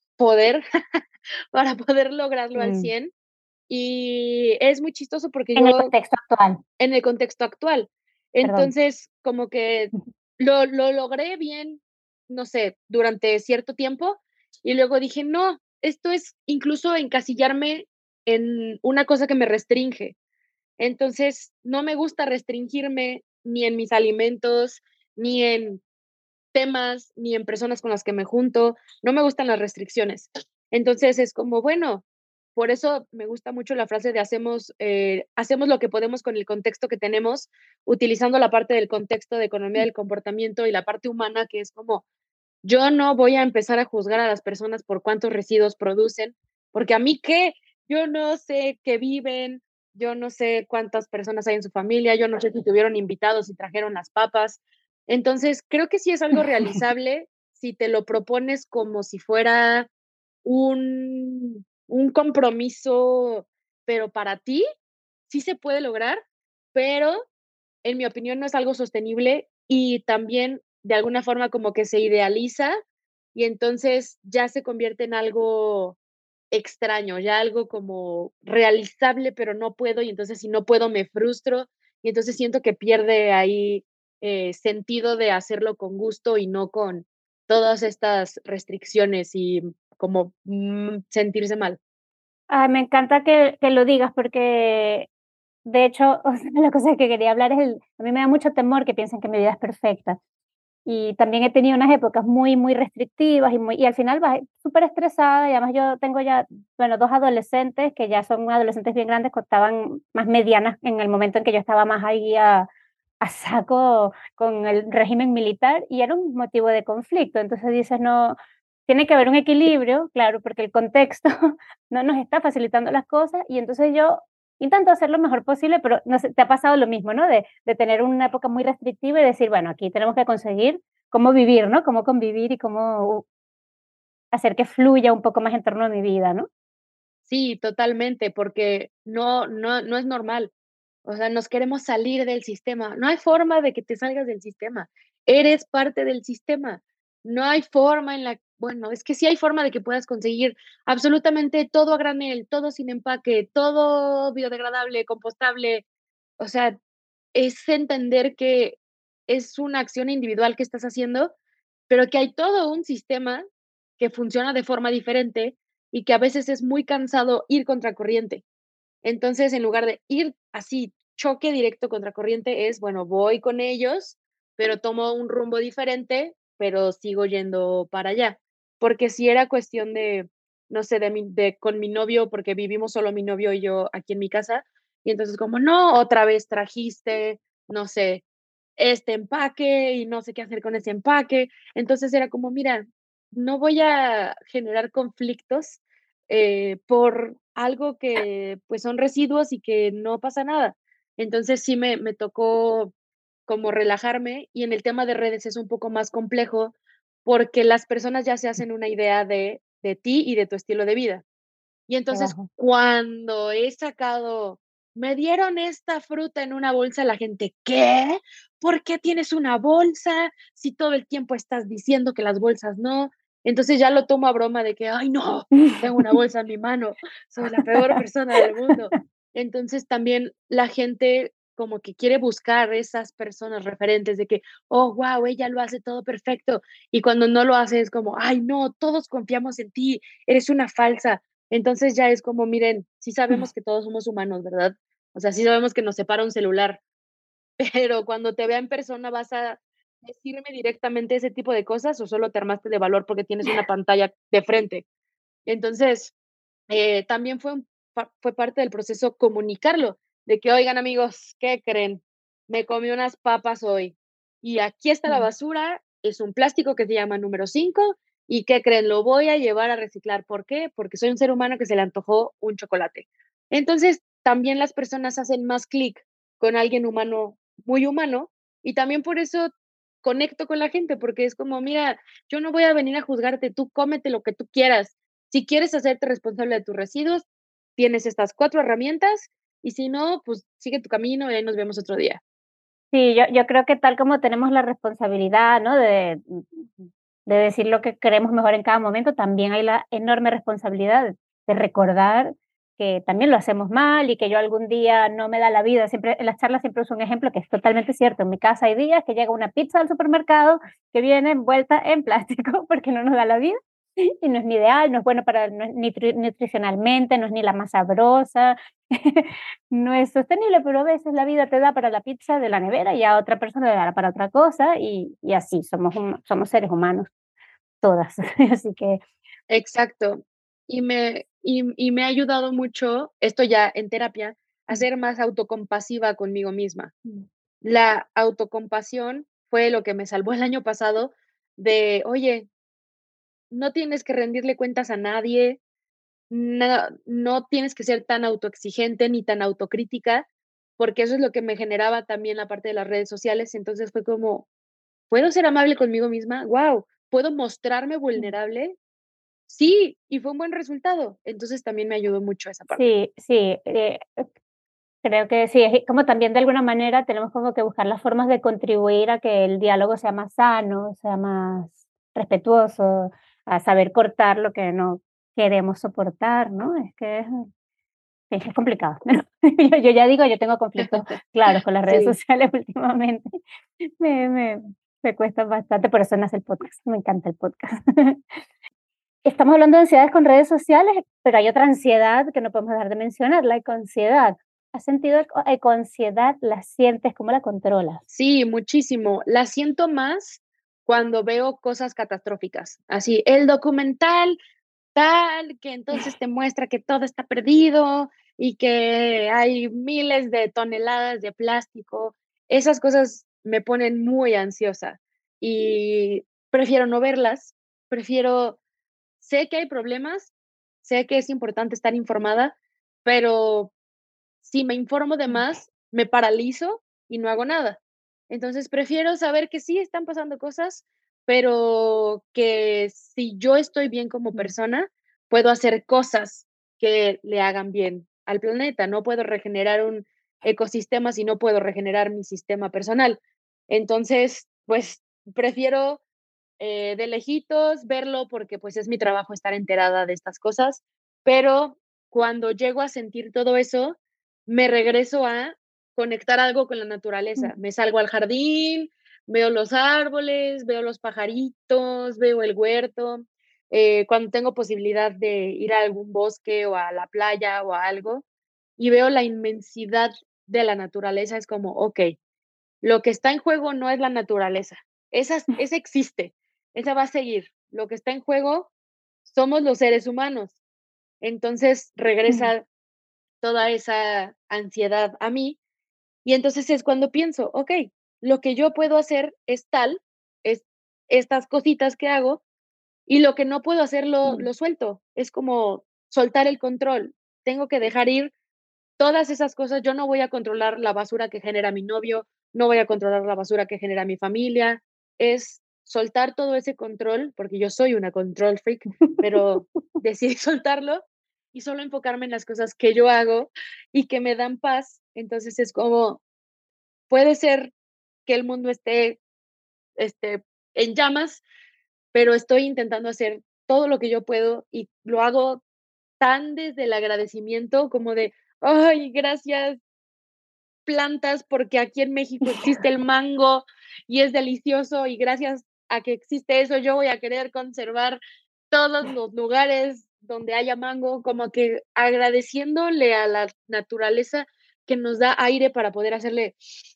para poder lograrlo al Mm, cien. Y es muy chistoso porque en el yo contexto actual, en el contexto actual. perdón. Entonces, como que lo lo logré bien, no sé, durante cierto tiempo, y luego dije: "No, esto es incluso encasillarme en una cosa que me restringe". Entonces, no me gusta restringirme ni en mis alimentos, ni en temas, ni en personas con las que me junto, no me gustan las restricciones. Entonces, es como, bueno, por eso me gusta mucho la frase de hacemos, eh, hacemos lo que podemos con el contexto que tenemos, utilizando la parte del contexto de economía del comportamiento y la parte humana, que es como, yo no voy a empezar a juzgar a las personas por cuántos residuos producen, porque a mí qué, yo no sé qué viven, yo no sé cuántas personas hay en su familia, yo no sé si tuvieron invitados y trajeron las papas. Entonces, creo que sí es algo realizable si te lo propones como si fuera un, un compromiso, pero para ti sí se puede lograr, pero en mi opinión no es algo sostenible y también de alguna forma como que se idealiza y entonces ya se convierte en algo extraño, ya algo como realizable, pero no puedo, y entonces si no puedo me frustro, y entonces siento que pierde ahí eh, sentido de hacerlo con gusto y no con todas estas restricciones y como mm, sentirse mal. Ay, me encanta que que lo digas porque, de hecho, o sea, la cosa que quería hablar es el a mí me da mucho temor que piensen que mi vida es perfecta. Y también he tenido unas épocas muy, muy restrictivas y muy y al final vas súper estresada y además yo tengo ya, bueno, dos adolescentes que ya son adolescentes bien grandes, que estaban más medianas en el momento en que yo estaba más ahí a a saco con el régimen militar y era un motivo de conflicto. Entonces dices: "No, tiene que haber un equilibrio", claro, porque el contexto no nos está facilitando las cosas y entonces yo intento hacer lo mejor posible, pero no sé, te ha pasado lo mismo, ¿no? De de tener una época muy restrictiva y decir: "Bueno, aquí tenemos que conseguir cómo vivir, ¿no? Cómo convivir y cómo hacer que fluya un poco más en torno a mi vida", ¿no? Sí, totalmente, porque no, no, no es normal. O sea, nos queremos salir del sistema. No hay forma de que te salgas del sistema. Eres parte del sistema. No hay forma en la, bueno, es que sí hay forma de que puedas conseguir absolutamente todo a granel, todo sin empaque, todo biodegradable, compostable. O sea, es entender que es una acción individual que estás haciendo, pero que hay todo un sistema que funciona de forma diferente y que a veces es muy cansado ir contracorriente. Entonces, en lugar de ir así, choque directo contra corriente, es, bueno, voy con ellos, pero tomo un rumbo diferente, pero sigo yendo para allá. Porque si era cuestión de, no sé, de mi de con mi novio, porque vivimos solo mi novio y yo aquí en mi casa, y entonces como: "No, otra vez trajiste, no sé, este empaque y no sé qué hacer con ese empaque". Entonces era como: "Mira, no voy a generar conflictos eh, por algo que, pues, son residuos y que no pasa nada". Entonces, sí me me tocó como relajarme, y en el tema de redes es un poco más complejo, porque las personas ya se hacen una idea de de ti y de tu estilo de vida. Y entonces, Debajo. cuando he sacado: "Me dieron esta fruta en una bolsa", la gente: "¿Qué? ¿Por qué tienes una bolsa? Si todo el tiempo estás diciendo que las bolsas no". Entonces, ya lo tomo a broma de que: "Ay, no, tengo una bolsa en mi mano, soy la peor persona del mundo". Entonces, también la gente como que quiere buscar esas personas referentes de que: "Oh, guau, ella lo hace todo perfecto", y cuando no lo hace es como: "Ay, no, todos confiamos en ti, eres una falsa". Entonces ya es como, miren, sí sabemos que todos somos humanos, ¿verdad? O sea, sí sabemos que nos separa un celular, pero cuando te vea en persona, ¿vas a decirme directamente ese tipo de cosas o solo te armaste de valor porque tienes una pantalla de frente? Entonces, eh, también fue un pa fue parte del proceso comunicarlo, de que: "Oigan, amigos, ¿qué creen? Me comí unas papas hoy, y aquí está la basura, es un plástico que se llama número cinco ¿y qué creen? Lo voy a llevar a reciclar". ¿Por qué? Porque soy un ser humano que se le antojó un chocolate. Entonces, también las personas hacen más clic con alguien humano, muy humano, y también por eso conecto con la gente, porque es como: "Mira, yo no voy a venir a juzgarte, tú cómete lo que tú quieras, si quieres hacerte responsable de tus residuos, tienes estas cuatro herramientas, y si no, pues sigue tu camino y ahí nos vemos otro día". Sí, yo yo creo que tal como tenemos la responsabilidad, ¿no? De de decir lo que queremos mejor en cada momento, también hay la enorme responsabilidad de de recordar que también lo hacemos mal y que yo algún día no me da la vida. Siempre en las charlas siempre uso un ejemplo que es totalmente cierto. En mi casa hay días que llega una pizza al supermercado que viene envuelta en plástico porque no nos da la vida y no es ni ideal, no es bueno para no es nitri nutricionalmente, no es ni la más sabrosa, no es sostenible, pero a veces la vida te da para la pizza de la nevera y a otra persona le dará para otra cosa y y así somos huma somos seres humanos todas. Así que Exacto. Y me y y me ha ayudado mucho, esto ya en terapia, a mm, ser más autocompasiva conmigo misma. mm, La autocompasión fue lo que me salvó el año pasado de: "Oye, no tienes que rendirle cuentas a nadie, no, no tienes que ser tan autoexigente ni tan autocrítica, porque eso es lo que me generaba también la parte de las redes sociales. Entonces fue como, ¿puedo ser amable conmigo misma? Wow, ¿puedo mostrarme Mm. vulnerable? Sí, y fue un buen resultado. Entonces también me ayudó mucho esa parte. Sí, sí, eh, creo que sí, es como también de alguna manera tenemos como que buscar las formas de contribuir a que el diálogo sea más sano, sea más respetuoso, a saber cortar lo que no queremos soportar, ¿no? Es que es, sí, es complicado. Yo, yo ya digo, yo tengo conflictos claros con las redes Sí. sociales últimamente. Me, me, me cuesta bastante, por eso nace el podcast. Me encanta el podcast. Estamos hablando de ansiedades con redes sociales, pero hay otra ansiedad que no podemos dejar de mencionar, la ecoansiedad. ¿Has sentido eco ecoansiedad? ¿La sientes? ¿Cómo la controlas? Sí, muchísimo. La siento más cuando veo cosas catastróficas. Así, el documental tal, que entonces te muestra que todo está perdido y que hay miles de toneladas de plástico. Esas cosas me ponen muy ansiosa y prefiero no verlas, prefiero, sé que hay problemas, sé que es importante estar informada, pero si me informo de más, me paralizo y no hago nada. Entonces, prefiero saber que sí están pasando cosas, pero que si yo estoy bien como Mm, persona, puedo hacer cosas que le hagan bien al planeta. No puedo regenerar un ecosistema si no puedo regenerar mi sistema personal. Entonces, pues prefiero eh, de lejitos verlo porque pues es mi trabajo estar enterada de estas cosas, pero cuando llego a sentir todo eso, me regreso a conectar algo con la naturaleza. mm, Me salgo al jardín, veo los árboles, veo los pajaritos, veo el huerto. Eh, cuando tengo posibilidad de ir a algún bosque o a la playa o a algo y veo la inmensidad de la naturaleza, es como, ok, lo que está en juego no es la naturaleza, esa, esa existe, esa va a seguir. Lo que está en juego somos los seres humanos. Entonces mm, regresa toda esa ansiedad a mí y entonces es cuando pienso, ok, lo que yo puedo hacer es tal, es estas cositas que hago y lo que no puedo hacer lo, mm. lo suelto. Es como soltar el control. Tengo que dejar ir todas esas cosas. Yo no voy a controlar la basura que genera mi novio, no voy a controlar la basura que genera mi familia. Es soltar todo ese control, porque yo soy una control freak, pero decidí soltarlo y solo enfocarme en las cosas que yo hago y que me dan paz. Entonces es como, puede ser que el mundo esté, esté en llamas, pero estoy intentando hacer todo lo que yo puedo y lo hago tan desde el agradecimiento como de, ay, gracias plantas, porque aquí en México existe el mango y es delicioso y gracias a que existe eso, yo voy a querer conservar todos los lugares donde haya mango, como que agradeciéndole a la naturaleza que nos da aire para poder hacerle,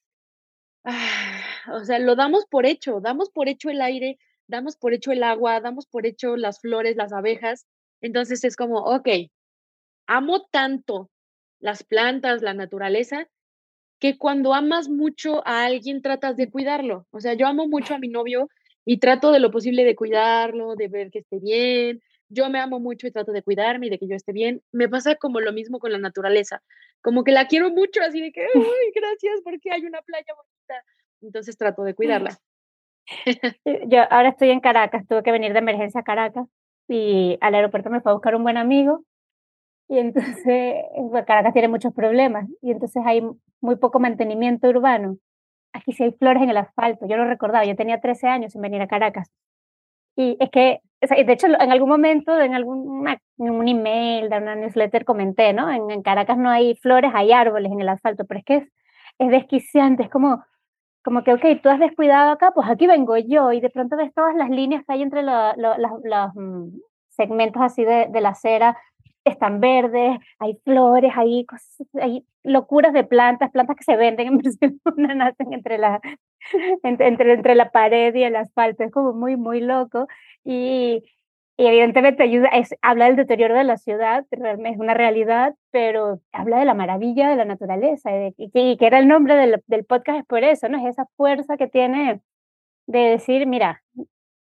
ah, o sea, lo damos por hecho, damos por hecho el aire, damos por hecho el agua, damos por hecho las flores, las abejas. Entonces es como, okey, amo tanto las plantas, la naturaleza, que cuando amas mucho a alguien tratas de cuidarlo. O sea, yo amo mucho a mi novio y trato de lo posible de cuidarlo, de ver que esté bien. Yo me amo mucho y trato de cuidarme y de que yo esté bien. Me pasa como lo mismo con la naturaleza, como que la quiero mucho, así de que, ay, gracias porque hay una playa bonita. Entonces trato de cuidarla. Eh, Yo ahora estoy en Caracas, tuve que venir de emergencia a Caracas y al aeropuerto me fue a buscar un buen amigo y entonces, bueno, Caracas tiene muchos problemas y entonces hay muy poco mantenimiento urbano. Aquí sí hay flores en el asfalto, yo lo recordaba, yo tenía trece años sin venir a Caracas. Y es que, o sea, y de hecho, en algún momento, en alguna en un email, de una newsletter comenté, ¿no? En en Caracas no hay flores, hay árboles en el asfalto, pero es que es es desquiciante, es como como que, okey, tú has descuidado acá, pues aquí vengo yo, y de pronto ves todas las líneas que hay entre la lo las los, mm, segmentos así de de la acera, están verdes, hay flores, hay cosas, hay locuras de plantas, plantas que se venden en Barcelona, nacen entre la entre entre entre la pared y el asfalto, es como muy, muy loco, y y evidentemente ayuda es habla del deterioro de la ciudad, realmente es una realidad, pero habla de la maravilla de la naturaleza, y de y que y que era el nombre del del podcast es por eso, ¿no? Es esa fuerza que tiene de decir: "Mira,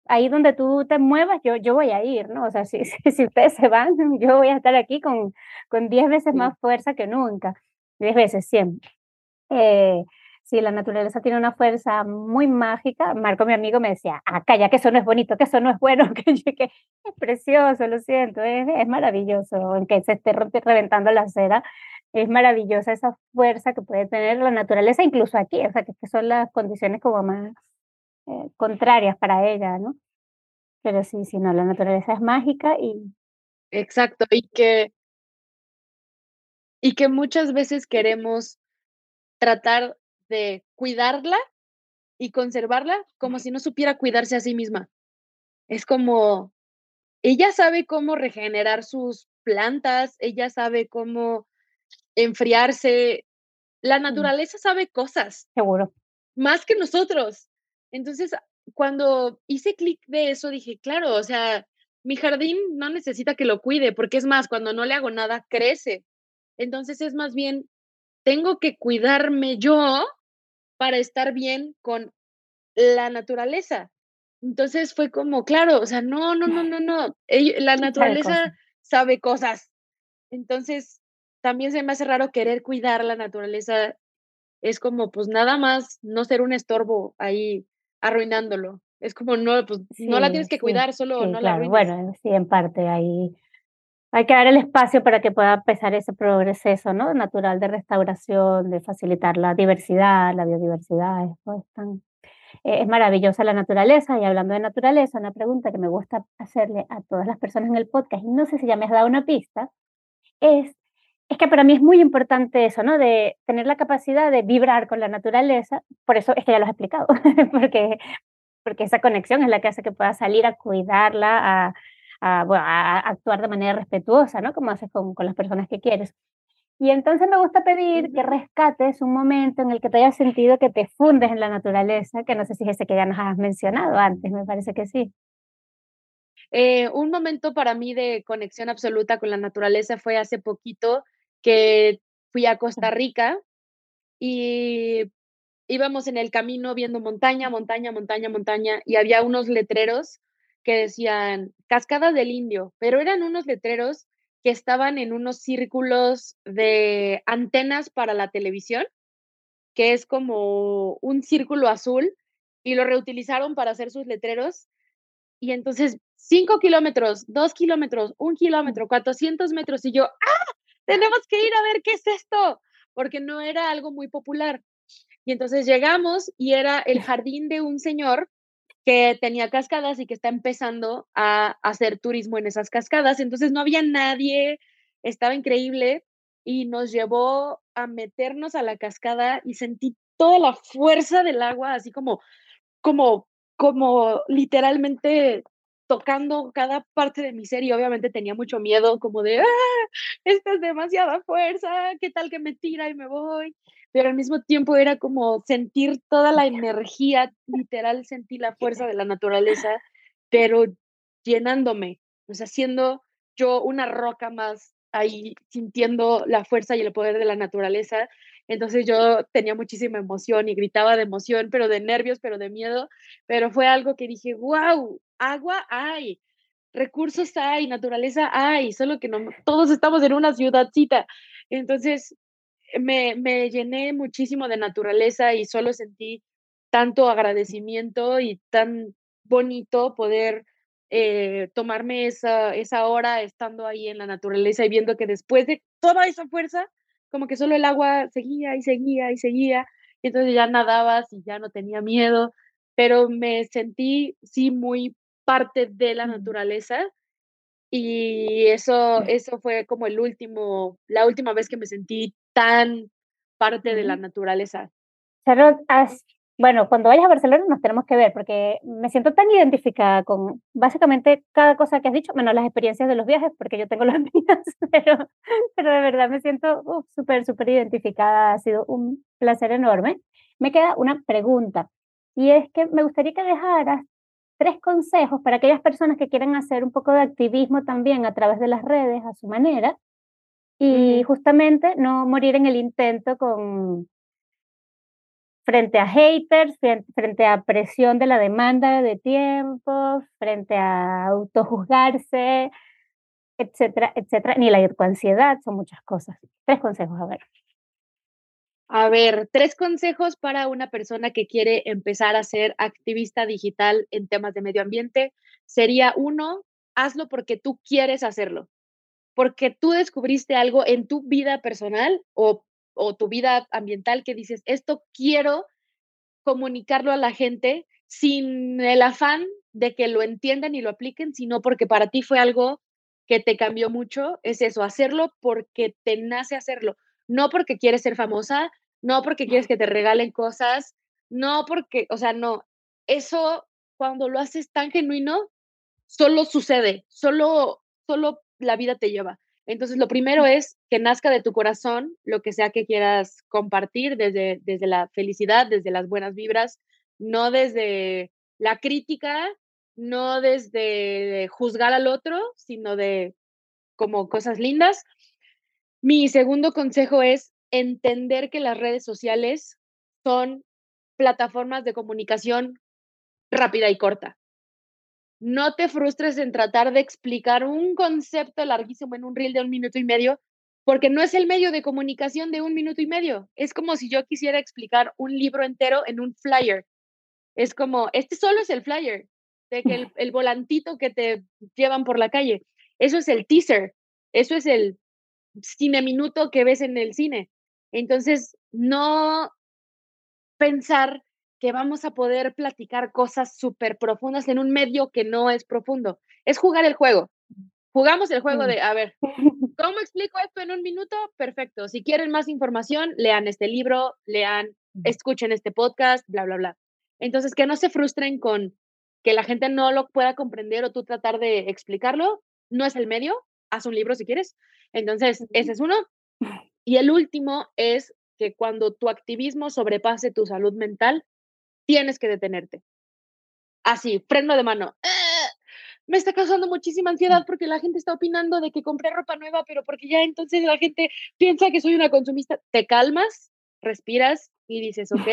ahí donde tú te muevas, yo, yo voy a ir, ¿no? O sea, si, si, si ustedes se van, yo voy a estar aquí con, con diez veces Sí. más fuerza que nunca, diez veces, siempre. Eh, sí, la naturaleza tiene una fuerza muy mágica. Marco, mi amigo, me decía, ah, calla, que eso no es bonito, que eso no es bueno, que, yo- que es precioso, lo siento, es, es maravilloso, aunque se esté rompe- reventando la acera, es maravillosa esa fuerza que puede tener la naturaleza, incluso aquí, o sea, que, que son las condiciones como más eh, contrarias para ella, ¿no? Pero sí, sí, no, la naturaleza es mágica y Exacto, y que y que muchas veces queremos tratar de cuidarla y conservarla como si no supiera cuidarse a sí misma. Es como, ella sabe cómo regenerar sus plantas, ella sabe cómo enfriarse. La mm, naturaleza sabe cosas, seguro. más que nosotros. Entonces, cuando hice clic de eso, dije: "Claro, o sea, mi jardín no necesita que lo cuide", porque es más, cuando no le hago nada, crece. Entonces, es más bien, tengo que cuidarme yo para estar bien con la naturaleza. Entonces, fue como, claro, o sea, no, no, no, no, no, ell la Sabe cosas. naturaleza sabe cosas. Entonces, también se me hace raro querer cuidar la naturaleza, es como, pues, nada más no ser un estorbo ahí arruinándolo. Es como, no, pues, no la Sí, tienes que sí, cuidar, solo sí, no la claro. arruines. Bueno, sí, en parte ahí hay que dar el espacio para que pueda empezar ese progreso, ¿no? Natural de restauración, de facilitar la diversidad, la biodiversidad, eso es tan eh, es maravillosa la naturaleza. Y hablando de naturaleza, una pregunta que me gusta hacerle a todas las personas en el podcast, y no sé si ya me has dado una pista, es, es que para mí es muy importante eso, ¿no? De tener la capacidad de vibrar con la naturaleza. Por eso es que ya lo has explicado, porque porque esa conexión es la que hace que puedas salir a cuidarla, a a, bueno, a a actuar de manera respetuosa, ¿no? Como haces con con las personas que quieres. Y entonces me gusta pedir que Ujú. rescates un momento en el que te hayas sentido que te fundes en la naturaleza, que no sé si es ese que ya nos has mencionado antes, me parece que sí. Eh, un momento para mí de conexión absoluta con la naturaleza fue hace poquito que fui a Costa Rica y íbamos en el camino viendo montaña, montaña, montaña, montaña, y había unos letreros que decían Cascadas del Indio, pero eran unos letreros que estaban en unos círculos de antenas para la televisión, que es como un círculo azul, y lo reutilizaron para hacer sus letreros. Y entonces, cinco kilómetros, dos kilómetros, un Mm, kilómetro, cuatrocientos metros, y yo, ¡ah! Tenemos que ir a ver qué es esto, porque no era algo muy popular. Y entonces llegamos y era el jardín de un señor que tenía cascadas y que está empezando a hacer turismo en esas cascadas. Entonces no había nadie, estaba increíble y nos llevó a meternos a la cascada y sentí toda la fuerza del agua, así como como como literalmente tocando cada parte de mi ser, y obviamente tenía mucho miedo, como de: "¡Ah! Esto es demasiada fuerza, ¿qué tal que me tira y me voy?". Pero al mismo tiempo era como sentir toda la energía, literal sentí la fuerza de la naturaleza, pero llenándome, o sea, siendo yo una roca más ahí sintiendo la fuerza y el poder de la naturaleza. Entonces, yo tenía muchísima emoción y gritaba de emoción, pero de nervios, pero de miedo, pero fue algo que dije: "Guau, agua hay, recursos hay, naturaleza hay, solo que no todos estamos en una ciudadcita". Entonces, me me llené muchísimo de naturaleza y solo sentí tanto agradecimiento y tan bonito poder, eh, tomarme esa esa hora estando ahí en la naturaleza y viendo que después de toda esa fuerza, como que solo el agua seguía y seguía y seguía, y entonces ya nadabas y ya no tenía miedo, pero me sentí, sí, muy parte de la mm. naturaleza, y eso eso fue como el último la última vez que me sentí tan parte de la Mm. naturaleza. Charlotte, has bueno, cuando vayas a Barcelona nos tenemos que ver, porque me siento tan identificada con básicamente cada cosa que has dicho, menos las experiencias de los viajes, porque yo tengo las mías, pero pero de verdad me siento, uf, súper, súper identificada, ha sido un placer enorme. Me queda una pregunta, y es que me gustaría que dejaras tres consejos para aquellas personas que quieren hacer un poco de activismo también a través de las redes, a su manera, y Ujú. justamente no morir en el intento con frente a haters, fren- frente a presión de la demanda de tiempo, frente a autojuzgarse, etcétera, etcétera, ni la ecoansiedad, son muchas cosas. Tres consejos, a ver. A ver, tres consejos para una persona que quiere empezar a ser activista digital en temas de medio ambiente. Sería uno, hazlo porque tú quieres hacerlo, porque tú descubriste algo en tu vida personal o, o tu vida ambiental que dices, esto quiero comunicarlo a la gente sin el afán de que lo entiendan y lo apliquen, sino porque para ti fue algo que te cambió mucho. Es eso, hacerlo porque te nace hacerlo, no porque quieres ser famosa, no porque quieres que te regalen cosas, no porque, o sea, no, eso cuando lo haces tan genuino, solo sucede, solo, solo la vida te lleva. Entonces, lo primero es que nazca de tu corazón lo que sea que quieras compartir desde, desde la felicidad, desde las buenas vibras, no desde la crítica, no desde juzgar al otro, sino de como cosas lindas. Mi segundo consejo es entender que las redes sociales son plataformas de comunicación rápida y corta. No te frustres en tratar de explicar un concepto larguísimo en un reel de un minuto y medio, porque no es el medio de comunicación de un minuto y medio. Es como si yo quisiera explicar un libro entero en un flyer. Es como, este solo es el flyer, de que el, el volantito que te llevan por la calle. Eso es el teaser, eso es el cine minuto que ves en el cine. Entonces, no pensar que vamos a poder platicar cosas súper profundas en un medio que no es profundo. Es jugar el juego. Jugamos el juego Mm. de, a ver, ¿cómo explico esto en un minuto? Perfecto. Si quieren más información, lean este libro, lean, escuchen este podcast, bla, bla, bla. Entonces, que no se frustren con que la gente no lo pueda comprender o tú tratar de explicarlo. No es el medio. Haz un libro si quieres. Entonces, ese es uno. Y el último es que cuando tu activismo sobrepase tu salud mental, tienes que detenerte. Así, freno de mano. ¡Ah! Me está causando muchísima ansiedad porque la gente está opinando de que compré ropa nueva, pero porque ya entonces la gente piensa que soy una consumista. Te calmas, respiras y dices, ok,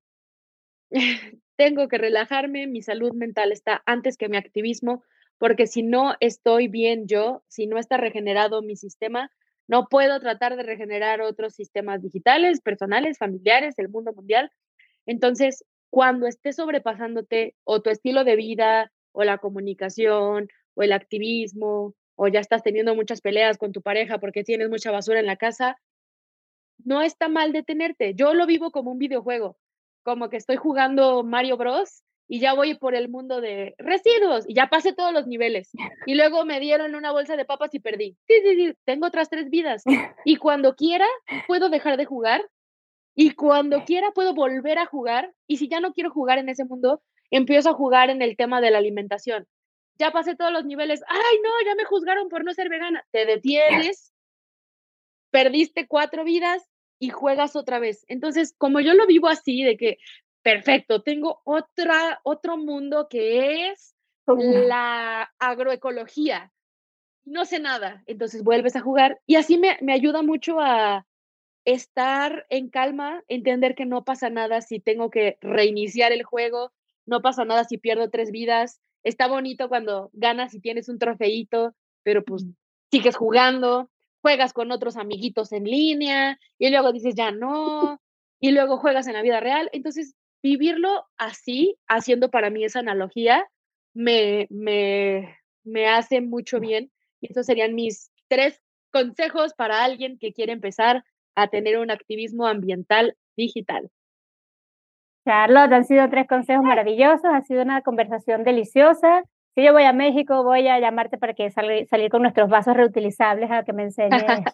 tengo que relajarme, mi salud mental está antes que mi activismo, porque si no estoy bien yo, si no está regenerado mi sistema, no puedo tratar de regenerar otros sistemas digitales, personales, familiares, el mundo mundial. Entonces, cuando estés sobrepasándote o tu estilo de vida o la comunicación o el activismo o ya estás teniendo muchas peleas con tu pareja porque tienes mucha basura en la casa, no está mal detenerte. Yo lo vivo como un videojuego, como que estoy jugando Mario Bros. Y ya voy por el mundo de residuos y ya pasé todos los niveles. Y luego me dieron una bolsa de papas y perdí. Sí, sí, sí, tengo otras tres vidas. Y cuando quiera, puedo dejar de jugar y cuando quiera puedo volver a jugar, y si ya no quiero jugar en ese mundo, empiezo a jugar en el tema de la alimentación. Ya pasé todos los niveles, ay no, ya me juzgaron por no ser vegana. Te detienes, perdiste cuatro vidas y juegas otra vez. Entonces, como yo lo vivo así, de que, perfecto, tengo otra, otro mundo que es la agroecología. No sé nada, entonces vuelves a jugar y así me, me ayuda mucho a, estar en calma, entender que no pasa nada si tengo que reiniciar el juego, no pasa nada si pierdo tres vidas. Está bonito cuando ganas y tienes un trofeito, pero pues sigues jugando, juegas con otros amiguitos en línea y luego dices ya no, y luego juegas en la vida real. Entonces, vivirlo así, haciendo para mí esa analogía, me, me, me hace mucho bien. Y estos serían mis tres consejos para alguien que quiere empezar a tener un activismo ambiental digital. Charlotte, han sido tres consejos maravillosos, ha sido una conversación deliciosa. Si yo voy a México, voy a llamarte para que salga, salir con nuestros vasos reutilizables a que me enseñes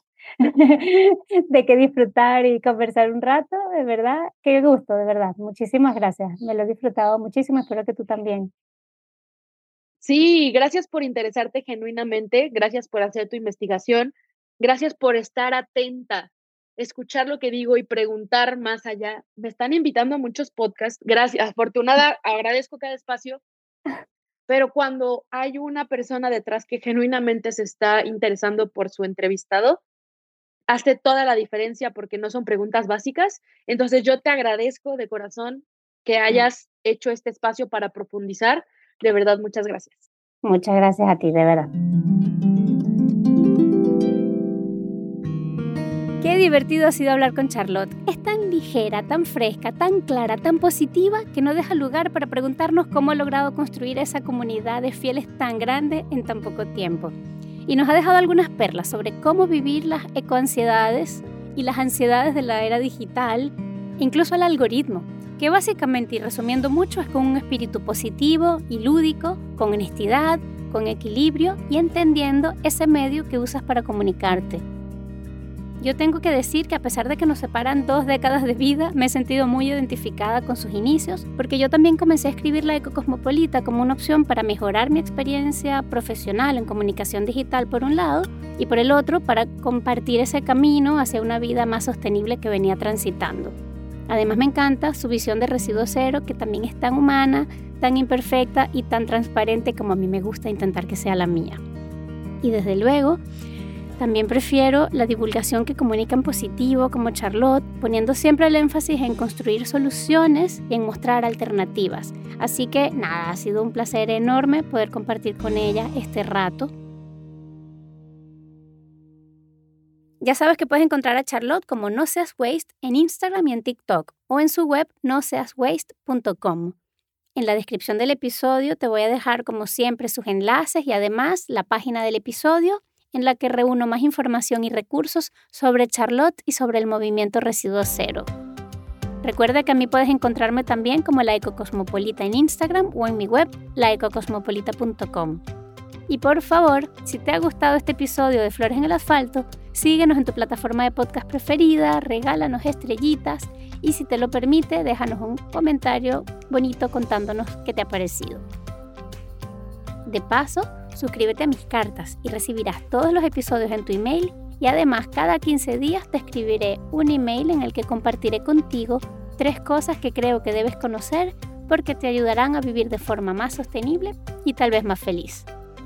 de qué disfrutar y conversar un rato, de verdad. Qué gusto, de verdad. Muchísimas gracias. Me lo he disfrutado muchísimo, espero que tú también. Sí, gracias por interesarte genuinamente, gracias por hacer tu investigación, gracias por estar atenta, escuchar lo que digo y preguntar más allá. Me están invitando a muchos podcasts, gracias, afortunada, agradezco cada espacio, pero cuando hay una persona detrás que genuinamente se está interesando por su entrevistado, hace toda la diferencia porque no son preguntas básicas. Entonces, yo te agradezco de corazón que hayas hecho este espacio para profundizar. De verdad, muchas gracias. Muchas gracias a ti, de verdad. Qué divertido ha sido hablar con Charlotte. Es tan ligera, tan fresca, tan clara, tan positiva, que no deja lugar para preguntarnos cómo ha logrado construir esa comunidad de fieles tan grande en tan poco tiempo. Y nos ha dejado algunas perlas sobre cómo vivir las ecoansiedades y las ansiedades de la era digital, incluso el algoritmo, que básicamente, y resumiendo mucho, es con un espíritu positivo y lúdico, con honestidad, con equilibrio y entendiendo ese medio que usas para comunicarte. Yo tengo que decir que a pesar de que nos separan dos décadas de vida, me he sentido muy identificada con sus inicios, porque yo también comencé a escribir la Ecocosmopolita como una opción para mejorar mi experiencia profesional en comunicación digital por un lado, y por el otro para compartir ese camino hacia una vida más sostenible que venía transitando. Además me encanta su visión de residuo cero, que también es tan humana, tan imperfecta y tan transparente como a mí me gusta intentar que sea la mía. Y desde luego, también prefiero la divulgación que comunica en positivo como Charlotte, poniendo siempre el énfasis en construir soluciones y en mostrar alternativas. Así que nada, ha sido un placer enorme poder compartir con ella este rato. Ya sabes que puedes encontrar a Charlotte como No Seas Waste en Instagram y en TikTok o en su web no seas waste punto com. En la descripción del episodio te voy a dejar como siempre sus enlaces y además la página del episodio en la que reúno más información y recursos sobre Charlotte y sobre el movimiento Residuo Cero. Recuerda que a mí puedes encontrarme también como La Ecocosmopolita en Instagram o en mi web la ecocosmopolita punto com. Y por favor, si te ha gustado este episodio de Flores en el Asfalto, síguenos en tu plataforma de podcast preferida, regálanos estrellitas y si te lo permite, déjanos un comentario bonito contándonos qué te ha parecido. De paso, suscríbete a mis cartas y recibirás todos los episodios en tu email y además cada quince días te escribiré un email en el que compartiré contigo tres cosas que creo que debes conocer porque te ayudarán a vivir de forma más sostenible y tal vez más feliz.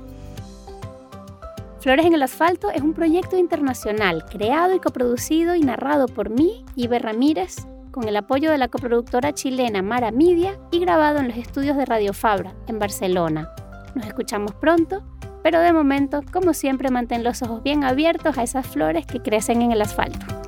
Flores en el Asfalto es un proyecto internacional creado y coproducido y narrado por mí, Iber Ramírez, con el apoyo de la coproductora chilena Mara Media y grabado en los estudios de Radio Fabra, en Barcelona. Nos escuchamos pronto, pero de momento, como siempre, mantén los ojos bien abiertos a esas flores que crecen en el asfalto.